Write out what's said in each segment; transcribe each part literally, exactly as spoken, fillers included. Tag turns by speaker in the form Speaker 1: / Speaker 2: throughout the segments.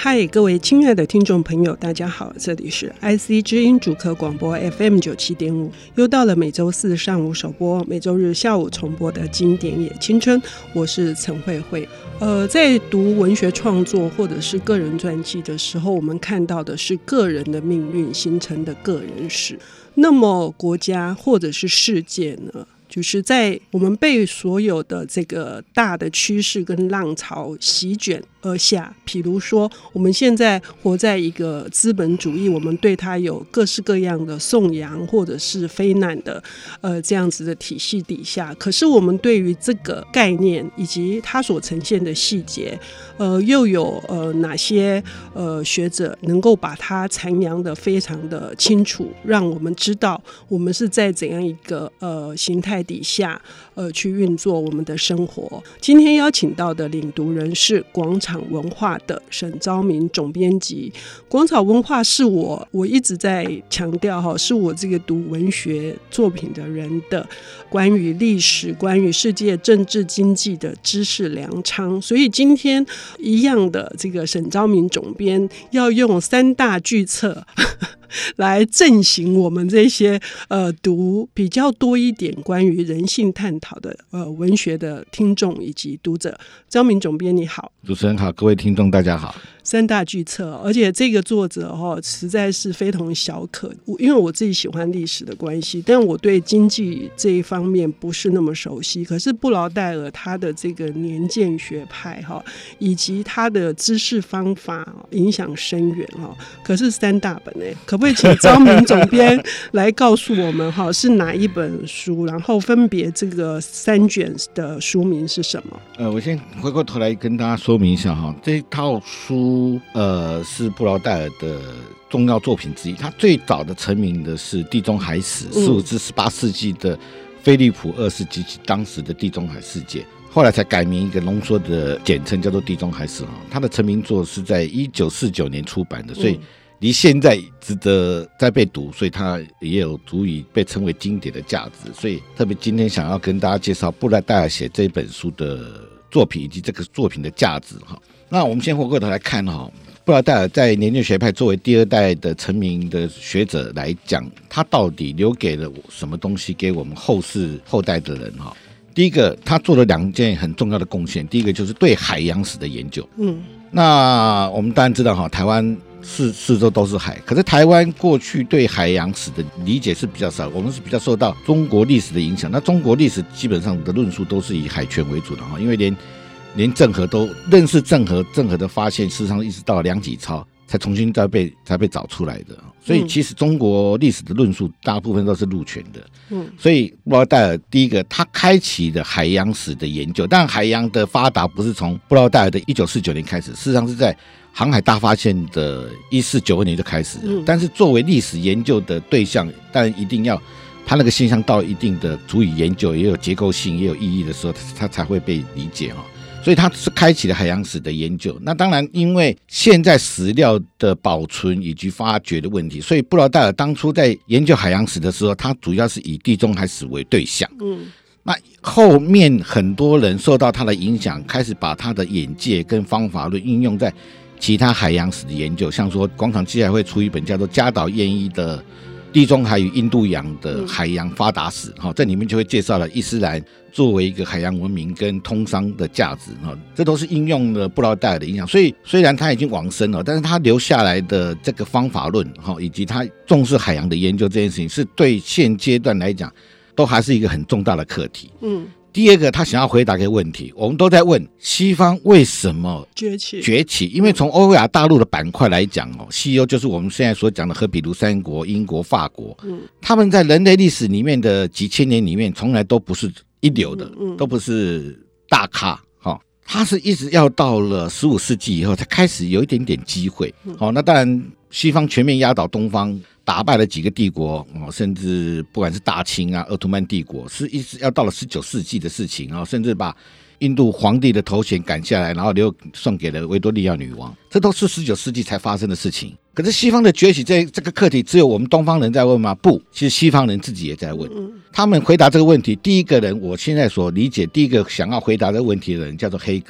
Speaker 1: 嗨，各位亲爱的听众朋友，大家好，这里是 I C 之音主客广播 F M 九十七点五， 又到了每周四上午首播，每周日下午重播的经典也青春，我是陈慧慧。呃，在读文学创作或者是个人传记的时候，我们看到的是个人的命运形成的个人史，那么国家或者是世界呢，就是在我们被所有的这个大的趋势跟浪潮席卷而下，比如说我们现在活在一个资本主义，我们对它有各式各样的颂扬或者是非难的呃这样子的体系底下，可是我们对于这个概念以及它所呈现的细节，呃，又有呃哪些呃学者能够把它阐扬的非常的清楚，让我们知道我们是在怎样一个呃形态底下呃去运作我们的生活。今天邀请到的领读人是广场文化的沈昭明总编辑。广场文化是我我一直在强调哈，是我这个读文学作品的人的关于历史、关于世界政治经济的知识粮仓。所以今天一样的这个沈昭明总编要用三大巨册来振兴我们这些呃读比较多一点关于人性探讨的呃文学的听众以及读者。昭明总编你好。
Speaker 2: 主持人好，各位听众大家好。
Speaker 1: 三大巨册，而且这个作者、哦、实在是非同小可，因为我自己喜欢历史的关系，但我对经济这一方面不是那么熟悉。可是布劳代尔他的这个年鉴学派、哦、以及他的知识方法、哦、影响深远、哦、可是三大本耶，可不可以请昭明总编来告诉我们、哦、是哪一本书，然后分别这个三卷的书名是什么？
Speaker 2: 呃，我先回过头来跟大家说明一下哈，这一套书呃是布劳代尔的重要作品之一。他最早的成名的是《地中海史》，十五至十八世纪的菲利普二世及其当时的地中海世界，后来才改名一个浓缩的简称叫做《地中海史》。他的成名作是在一九四九年出版的，所以离现在值得再被读，所以它也有足以被称为经典的价值。所以特别今天想要跟大家介绍布劳代尔写这本书的作品以及这个作品的价值。那我们先回过头来看，布劳代尔在年鉴学派作为第二代的成名的学者来讲，他到底留给了什么东西给我们后世后代的人。第一个，他做了两件很重要的贡献。第一个就是对海洋史的研究。嗯，那我们当然知道台湾四四周都是海，可是台湾过去对海洋史的理解是比较少，我们是比较受到中国历史的影响。那中国历史基本上的论述都是以海权为主的，因为连连郑和都认识郑和，郑和的发现事实上一直到梁启超才重新再被才被找出来的。所以其实中国历史的论述大部分都是陆权的。嗯，所以布劳代尔第一个他开启了海洋史的研究，但海洋的发达不是从布劳代尔的一九四九年开始，事实上是在航海大发现的一四九二年就开始了。嗯，但是作为历史研究的对象，当然一定要他那个现象到一定的足以研究，也有结构性也有意义的时候，他才会被理解。所以他是开启了海洋史的研究。那当然因为现在史料的保存以及发掘的问题，所以布劳代尔当初在研究海洋史的时候，他主要是以地中海史为对象。嗯，那后面很多人受到他的影响，开始把他的眼界跟方法论应用在其他海洋史的研究，像说广场记还会出一本叫做加岛彦一的地中海与印度洋的海洋发达史，这里面就会介绍了伊斯兰作为一个海洋文明跟通商的价值，这都是应用了布劳代尔的影响。所以虽然他已经往生了，但是他留下来的这个方法论以及他重视海洋的研究这件事情，是对现阶段来讲都还是一个很重大的课题。嗯，第二个他想要回答一个问题，我们都在问西方为什么崛起崛起，因为从欧亚大陆的板块来讲，西欧就是我们现在所讲的和比如三国、英国、法国，他们在人类历史里面的几千年里面从来都不是一流的，都不是大咖。他是一直要到了十五世纪以后才开始有一点点机会。那当然西方全面压倒东方，打败了几个帝国，甚至不管是大清啊、鄂图曼帝国，是一直要到了十九世纪的事情，甚至把印度皇帝的头衔赶下来，然后留送给了维多利亚女王，这都是十九世纪才发生的事情。可是西方的崛起这这个课题只有我们东方人在问吗？不，其实西方人自己也在问。他们回答这个问题，第一个人我现在所理解第一个想要回答这个问题的人叫做黑格尔。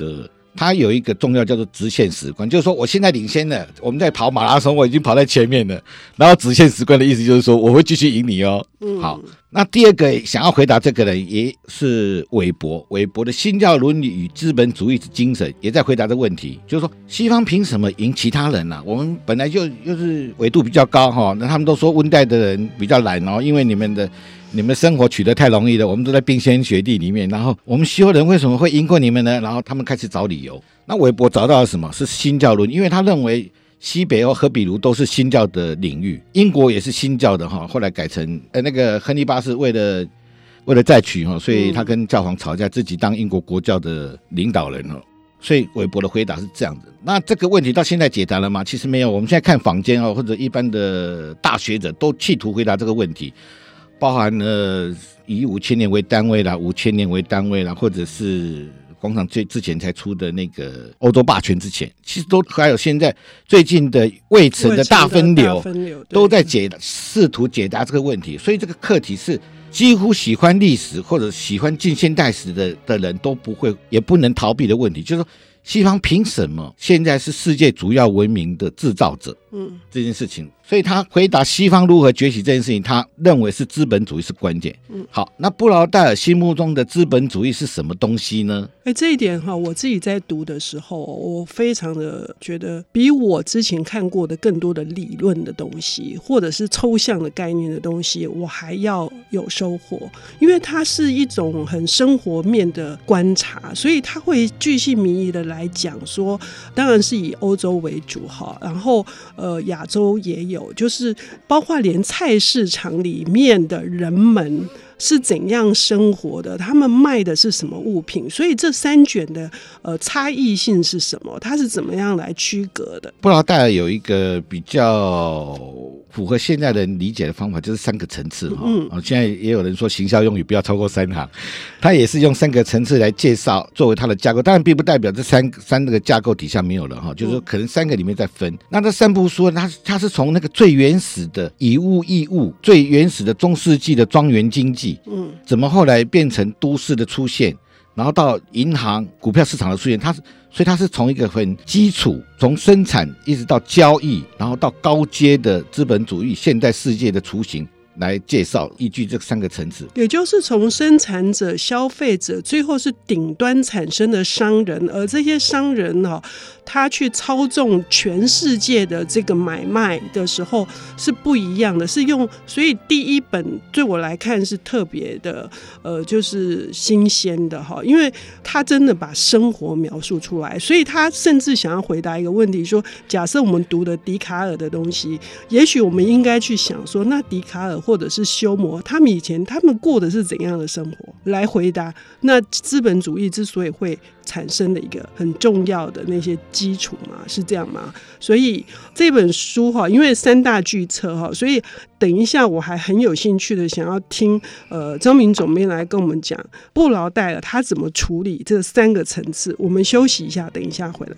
Speaker 2: 它有一个重要叫做直线史观，就是说我现在领先了，我们在跑马拉松，我已经跑在前面了。然后直线史观的意思就是说我会继续赢你哦。嗯、好，那第二个想要回答这个人也是韦伯，韦伯的新教伦理与资本主义之精神也在回答这个问题，就是说西方凭什么赢其他人啊？我们本来就就是纬度比较高哈，那他们都说温带的人比较懒哦，因为你们的。你们生活取得太容易了，我们都在冰天雪地里面，然后我们西欧人为什么会赢过你们呢？然后他们开始找理由。那韦伯找到了什么？是新教论，因为他认为西北欧和比如都是新教的领域，英国也是新教的哈，后来改成呃那个亨利八世为了为了再娶哈，所以他跟教皇吵架，自己当英国国教的领导人了。所以韦伯的回答是这样的。那这个问题到现在解答了吗？其实没有。我们现在看坊间或者一般的大学者都企图回答这个问题。包含了以五千年为单位啦，五千年为单位啦，或者是广场最之前才出的那个欧洲霸权之前，其实都还有现在最近的卫城的大分流，都在解试图解答这个问题。所以这个课题是几乎喜欢历史或者喜欢近现代史 的, 的人都不会也不能逃避的问题，就是说西方凭什么现在是世界主要文明的制造者？嗯，这件事情，所以他回答西方如何崛起这件事情，他认为是资本主义是关键。嗯，好，那布劳代尔心目中的资本主义是什么东西呢？
Speaker 1: 哎，这一点哈，我自己在读的时候，我非常的觉得比我之前看过的更多的理论的东西，或者是抽象的概念的东西，我还要有收获，因为它是一种很生活面的观察，所以它会巨细靡遗的来讲说，当然是以欧洲为主哈，然后呃亚洲也有，就是包括连菜市场里面的人们是怎样生活的，他们卖的是什么物品，所以这三卷的呃差异性是什么，它是怎么样来区隔的？
Speaker 2: 布劳代尔有一个比较符合现在人理解的方法，就是三个层次、嗯哦、现在也有人说行销用语不要超过三行，他也是用三个层次来介绍作为他的架构，当然并不代表这三三个架构底下没有了、哦、就是说可能三个里面再分、嗯、那这三部书它它是从那个最原始的以物易物，最原始的中世纪的庄园经济，嗯，怎么后来变成都市的出现，然后到银行股票市场的出现，它是所以它是从一个很基础，从生产一直到交易，然后到高阶的资本主义现代世界的雏形来介绍，依据这三个层次，
Speaker 1: 也就是从生产者、消费者，最后是顶端产生的商人，而这些商人、哦、他去操纵全世界的这个买卖的时候是不一样的，是用，所以第一本对我来看是特别的，呃，就是新鲜的哈，因为他真的把生活描述出来，所以他甚至想要回答一个问题，说，假设我们读的笛卡尔的东西，也许我们应该去想说，那笛卡尔或者是休谟，他们以前他们过的是怎样的生活，来回答那资本主义之所以会产生的一个很重要的那些基础嘛，是这样吗？所以这本书哈，因为三大巨册哈，所以等一下我还很有兴趣的想要听呃张明总编来跟我们讲布劳代尔他怎么处理这三个层次。我们休息一下，等一下回来。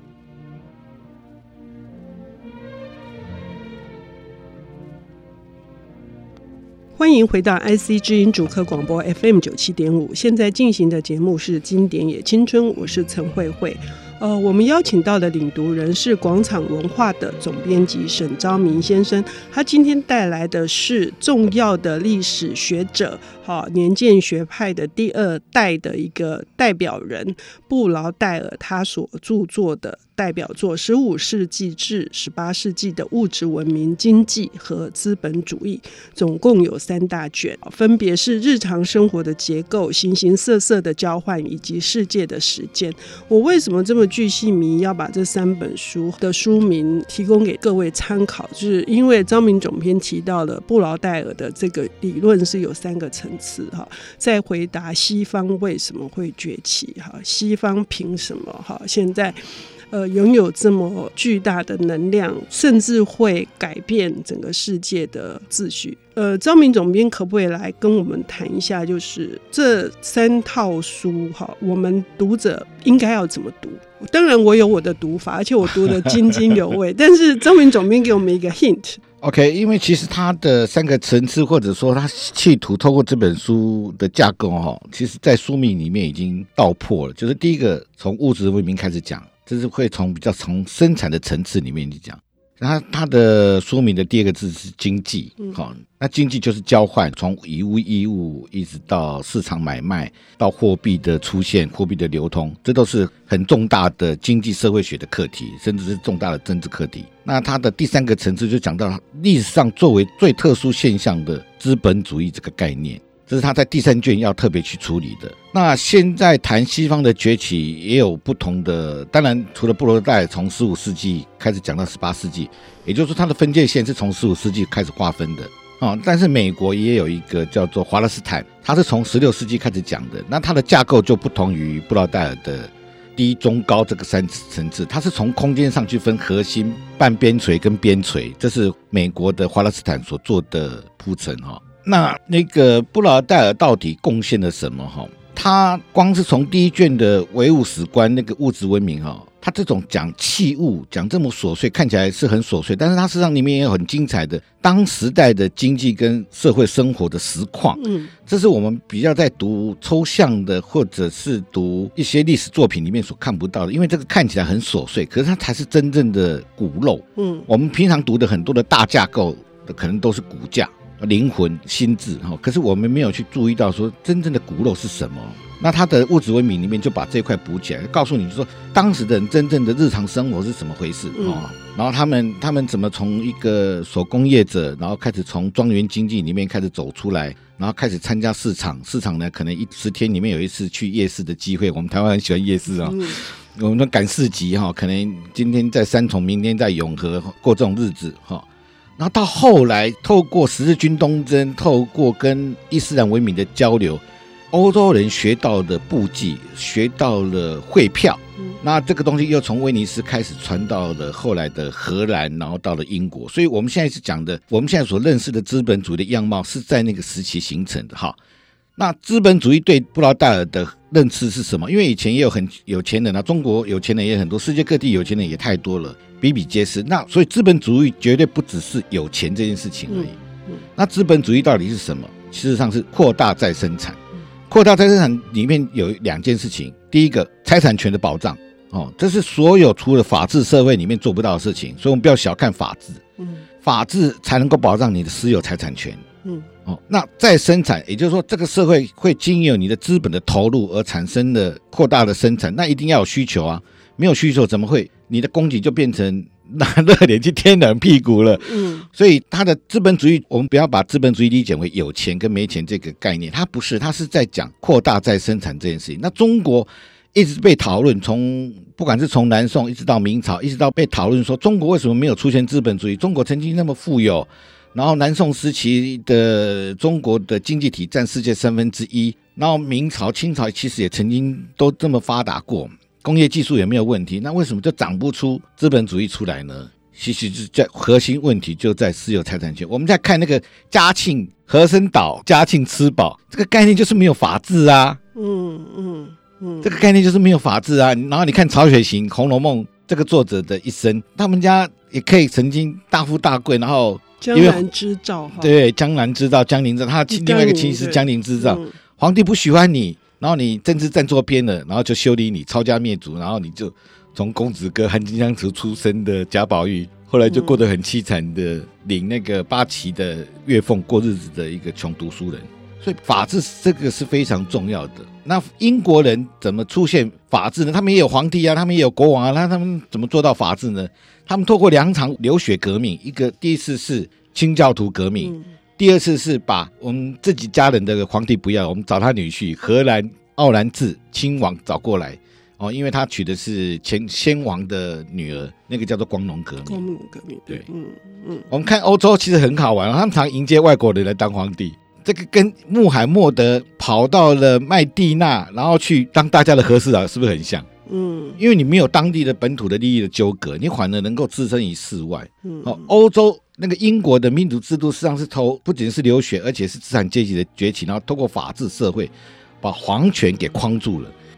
Speaker 1: 欢迎回到 I C 之音主客广播 F M 九十七点五， 现在进行的节目是经典也青春，我是陈慧慧。呃，我们邀请到的领读人是广场文化的总编辑沈昭明先生，他今天带来的是重要的历史学者，好，年鉴学派的第二代的一个代表人布劳代尔，他所著作的代表作十五世纪至十八世纪的物质文明、经济和资本主义，总共有三大卷，分别是日常生活的结构、形形色色的交换以及世界的实践。我为什么这么巨细靡遗要把这三本书的书名提供给各位参考，就是因为张明总编提到了布劳代尔的这个理论是有三个层次，在回答西方为什么会崛起，西方凭什么现在呃，拥有这么巨大的能量，甚至会改变整个世界的秩序。呃，张明总编可不可以来跟我们谈一下，就是这三套书哈，我们读者应该要怎么读？当然我有我的读法，而且我读得津津有味但是张明总编给我们一个 hint。
Speaker 2: OK， 因为其实它的三个层次，或者说它企图透过这本书的架构哈，其实在书名里面已经道破了。就是第一个从物质文明开始讲，这是会从比较从生产的层次里面去讲。它它的书名的第二个字是经济，好、嗯，那经济就是交换，从以物易物一直到市场买卖，到货币的出现、货币的流通，这都是很重大的经济社会学的课题，甚至是重大的政治课题。那它的第三个层次就讲到历史上作为最特殊现象的资本主义这个概念。这是他在第三卷要特别去处理的。那现在谈西方的崛起也有不同的，当然除了布罗代尔从十五世纪开始讲到十八世纪，也就是说它的分界线是从十五世纪开始划分的、哦、但是美国也有一个叫做华勒斯坦，它是从十六世纪开始讲的。那它的架构就不同于布罗代尔的低中高这个三层次，它是从空间上去分核心、半边陲跟边陲，这是美国的华勒斯坦所做的铺陈、哦那那个布劳代尔到底贡献了什么？他光是从第一卷的唯物史观那个物质文明，他这种讲器物讲这么琐碎，看起来是很琐碎，但是他事实上里面也有很精彩的当时代的经济跟社会生活的实况。嗯，这是我们比较在读抽象的或者是读一些历史作品里面所看不到的，因为这个看起来很琐碎，可是它才是真正的骨肉。嗯，我们平常读的很多的大架构的可能都是骨架、灵魂、心智，可是我们没有去注意到说真正的骨肉是什么。那他的物质文明里面就把这一块补起来，告诉你说当时的人真正的日常生活是怎么回事、嗯、然后他们他们怎么从一个手工业者，然后开始从庄园经济里面开始走出来，然后开始参加市场，市场呢可能一十天里面有一次去夜市的机会，我们台湾很喜欢夜市啊、哦嗯，我们的赶市集哈，可能今天在三重，明天在永和过这种日子哈。然后到后来透过十字军东征，透过跟伊斯兰文明的交流，欧洲人学到的簿记，学到了汇票、嗯、那这个东西又从威尼斯开始传到了后来的荷兰，然后到了英国。所以我们现在是讲的，我们现在所认识的资本主义的样貌是在那个时期形成的。好，那资本主义对布劳代尔的认知是什么？因为以前也有很有钱人啊，中国有钱人也很多，世界各地有钱人也太多了，比比皆是。那所以资本主义绝对不只是有钱这件事情而已、嗯嗯、那资本主义到底是什么？事实上是扩大再生产。扩大再生产里面有两件事情，第一个财产权的保障、哦、这是所有除了法治社会里面做不到的事情，所以我们不要小看法治、嗯、法治才能够保障你的私有财产权、嗯哦、那再生产也就是说这个社会会经由你的资本的投入而产生的扩大的生产，那一定要有需求啊，没有需求怎么会你的供给就变成拿热脸去贴冷屁股了、嗯、所以他的资本主义，我们不要把资本主义理解为有钱跟没钱这个概念，它不是，它是在讲扩大再生产这件事情。那中国一直被讨论，从不管是从南宋一直到明朝，一直到被讨论说中国为什么没有出现资本主义，中国曾经那么富有，然后南宋时期的中国的经济体占世界三分之一，然后明朝清朝其实也曾经都这么发达过，工业技术也没有问题，那为什么就长不出资本主义出来呢？其实就在核心问题就在私有财产权。我们在看那个嘉庆和珅岛嘉庆吃饱，这个概念就是没有法治啊，嗯嗯嗯，这个概念就是没有法治啊。然后你看曹雪芹《红楼梦》这个作者的一生，他们家也可以曾经大富大贵，然后
Speaker 1: 江南织造，
Speaker 2: 对，江南织造、江宁织造，他另外一个亲戚是江宁织造、嗯，皇帝不喜欢你，然后你政治站错边了，然后就修理你，抄家灭族，然后你就从公子哥含金汤匙出身的贾宝玉，后来就过得很凄惨的领那个八旗的月俸过日子的一个穷读书人。所以法治这个是非常重要的。那英国人怎么出现法治呢？他们也有皇帝啊，他们也有国王啊，那他们怎么做到法治呢？他们透过两场流血革命，一个第一次是清教徒革命、嗯、第二次是把我们自己家人的皇帝不要，我们找他女婿荷兰奥兰治亲王找过来、哦、因为他娶的是前先王的女儿，那个叫做光荣革命。
Speaker 1: 光荣革命，对，嗯
Speaker 2: 嗯。我们看欧洲其实很好玩，他们常迎接外国人来当皇帝。这个跟穆罕默德跑到了麦地那，然后去当大家的和事佬，是不是很像？嗯，因为你没有当地的本土的利益的纠葛，你反而能够置身于世外。嗯，哦，欧洲那个英国的民主制度实际上是投不仅是流血，而且是资产阶级的崛起，然后透过法治社会把皇权给框住了。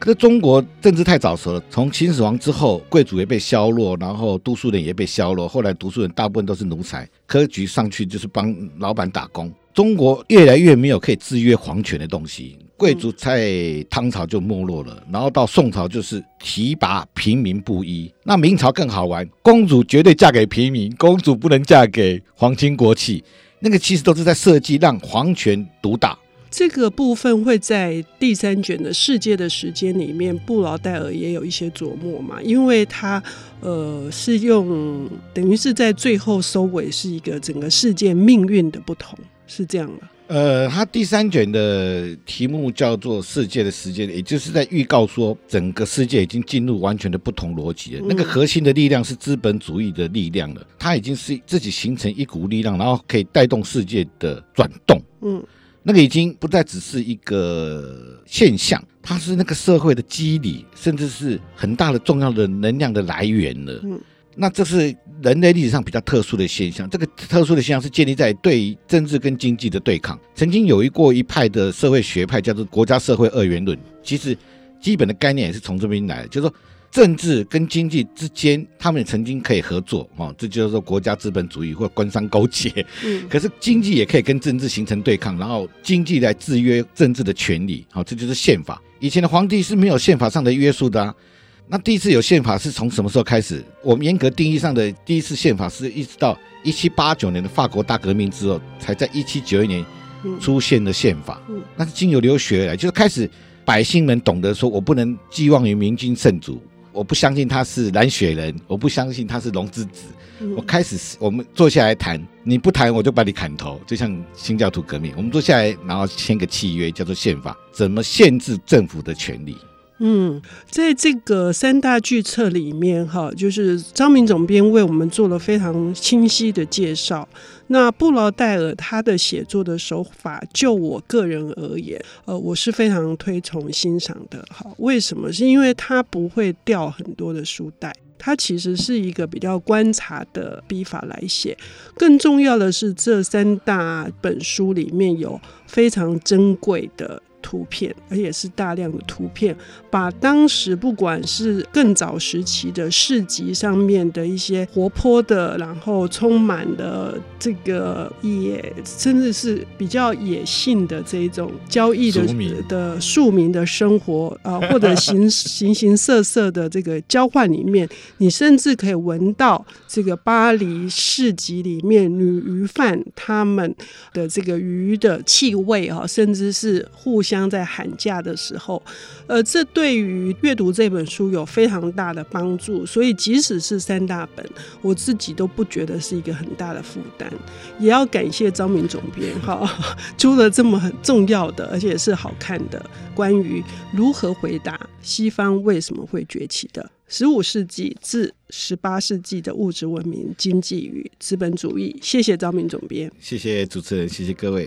Speaker 2: 可是中国政治太早熟了，从秦始皇之后，贵族也被削弱，然后读书人也被削弱，后来读书人大部分都是奴才，科举上去就是帮老板打工。中国越来越没有可以制约皇权的东西，贵族在唐朝就没落了，然后到宋朝就是提拔平民不一。那明朝更好玩，公主绝对嫁给平民，公主不能嫁给皇亲国戚，那个其实都是在设计让皇权独大。
Speaker 1: 这个部分会在第三卷的世界的时间里面，布劳代尔也有一些琢磨嘛，因为他呃是用等于是在最后收尾是一个整个世界命运的不同，是这样吗？
Speaker 2: 呃，他第三卷的题目叫做世界的时间，也就是在预告说整个世界已经进入完全的不同逻辑了、嗯、那个核心的力量是资本主义的力量了，它已经是自己形成一股力量，然后可以带动世界的转动。嗯，那个已经不再只是一个现象，它是那个社会的机理，甚至是很大的重要的能量的来源了。嗯，那这是人类历史上比较特殊的现象，这个特殊的现象是建立在对政治跟经济的对抗。曾经有一过一派的社会学派叫做国家社会二元论，其实基本的概念也是从这边来的，就是说政治跟经济之间他们曾经可以合作、哦、这就是说国家资本主义或官商勾结、嗯、可是经济也可以跟政治形成对抗，然后经济来制约政治的权利、哦、这就是宪法。以前的皇帝是没有宪法上的约束的啊，那第一次有宪法是从什么时候开始？我们严格定义上的第一次宪法是一直到一七八九年的法国大革命之后，才在一七九一年出现了宪法、嗯嗯、那是经由流血而来，就是开始百姓们懂得说我不能寄望于明君圣主，我不相信他是蓝血人，我不相信他是龙之子、嗯、我开始我们坐下来谈，你不谈我就把你砍头，就像新教徒革命，我们坐下来然后签个契约叫做宪法，怎么限制政府的权利。
Speaker 1: 嗯，在这个三大巨册里面哈，就是张明总编为我们做了非常清晰的介绍。那布劳代尔他的写作的手法，就我个人而言，呃，我是非常推崇欣赏的。哈，为什么？是因为他不会掉很多的书袋。它其实是一个比较观察的笔法来写，更重要的是这三大本书里面有非常珍贵的图片，而且是大量的图片，把当时不管是更早时期的市集上面的一些活泼的，然后充满了这个野，甚至是比较野性的这种交易的的庶民的生活、呃、或者形形形色色的这个交换里面，你甚至可以闻到这个巴黎市集里面女鱼贩他们的这个鱼的气味、哦、甚至是互相在喊价的时候，呃，这对于阅读这本书有非常大的帮助，所以即使是三大本，我自己都不觉得是一个很大的负担。也要感谢张明总编哈，出了这么很重要的，而且是好看的，关于如何回答西方为什么会崛起的十五世纪至十八世纪的物质文明、经济与资本主义。谢谢张明总编，
Speaker 2: 谢谢主持人，谢谢各位。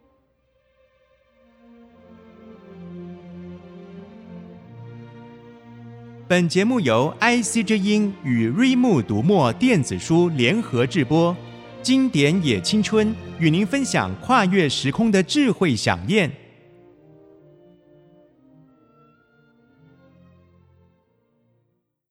Speaker 3: 本节目由 I C 之音与瑞木读墨电子书联合制播，经典也青春与您分享跨越时空的智慧饗宴。